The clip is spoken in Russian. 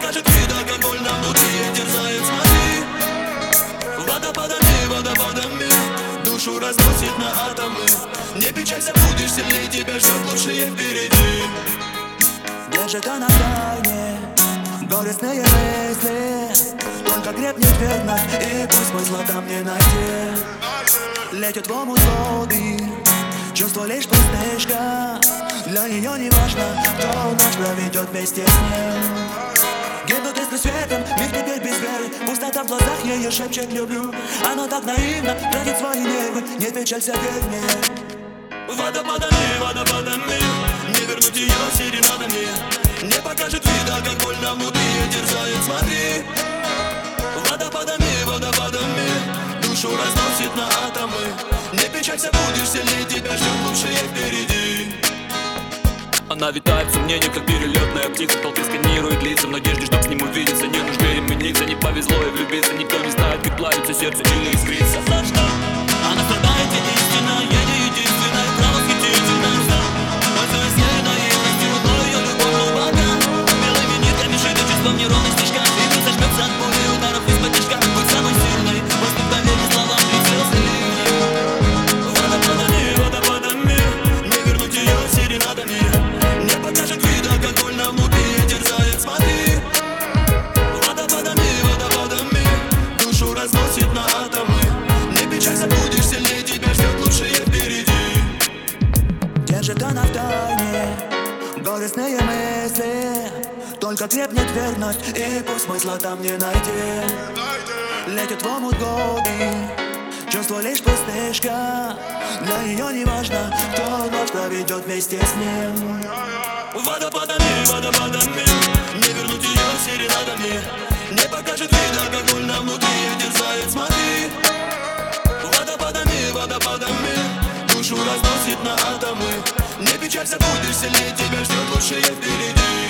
покажет вид, как больно внутри терзает, смотри. Водопадами душу разносит на атомы. Не печалься, будешь сильнее, тебя ждет лучшее впереди. Держит она в тайне горестные мысли, только крепнет верность, и пусть смысла там не найти. Летит в омут воды, чувство лишь пустышка. Для нее не важно, кто ночь проведет вместе с ним. Гибнут искры светом, миг теперь без веры. Пустота в глазах ее шепчет «люблю». Она так наивно тратит свои нервы. Не печалься, верь мне. Водопадами не вернуть ее серенадами. Не покажет вида, как больно внутри терзает, смотри. Водопадами душу разносит на атомы. Не печалься, будешь сильнее, тебя ждет лучшее впереди. Она витает в сомнениях, как перелетная птица. Толпы сканирует лица в надежде, чтоб с ним увидеться. Не нужды имениться, не повезло и влюбиться. Никто не знает, как плавится сердце или искрится. За что? Она страдает единственная, не единственная, право восхитительная. Пользуясь ей наивностью, но ее любовь глубока. Белыми нитками шиты чувством неровной стежка. И зажмется от боли ударов из-под тяжка. Будь самой сильной, поступ доверие словам и слезы. Водопадами не вернуть ее серенадами. Не покажет вида, как больно внутри терзает, смотри. Водопадами душу разносит на атомы. Не печалься, будешь сильнее, тебя ждет лучшее впереди. Держит она в тайне горестные мысли, только крепнет верность, и пусть смысла там не найти. Летит в омут годы, чувство лишь пустышка. Для нее не важно, кто ночь проведет вместе с ним. Водопадами не вернуть ее серенадами. Не покажет вида, как больно внутри терзает, смотри. Водопадами душу разносит на атомы. Не печалься, будешь сильнее, тебя ждет лучшее впереди.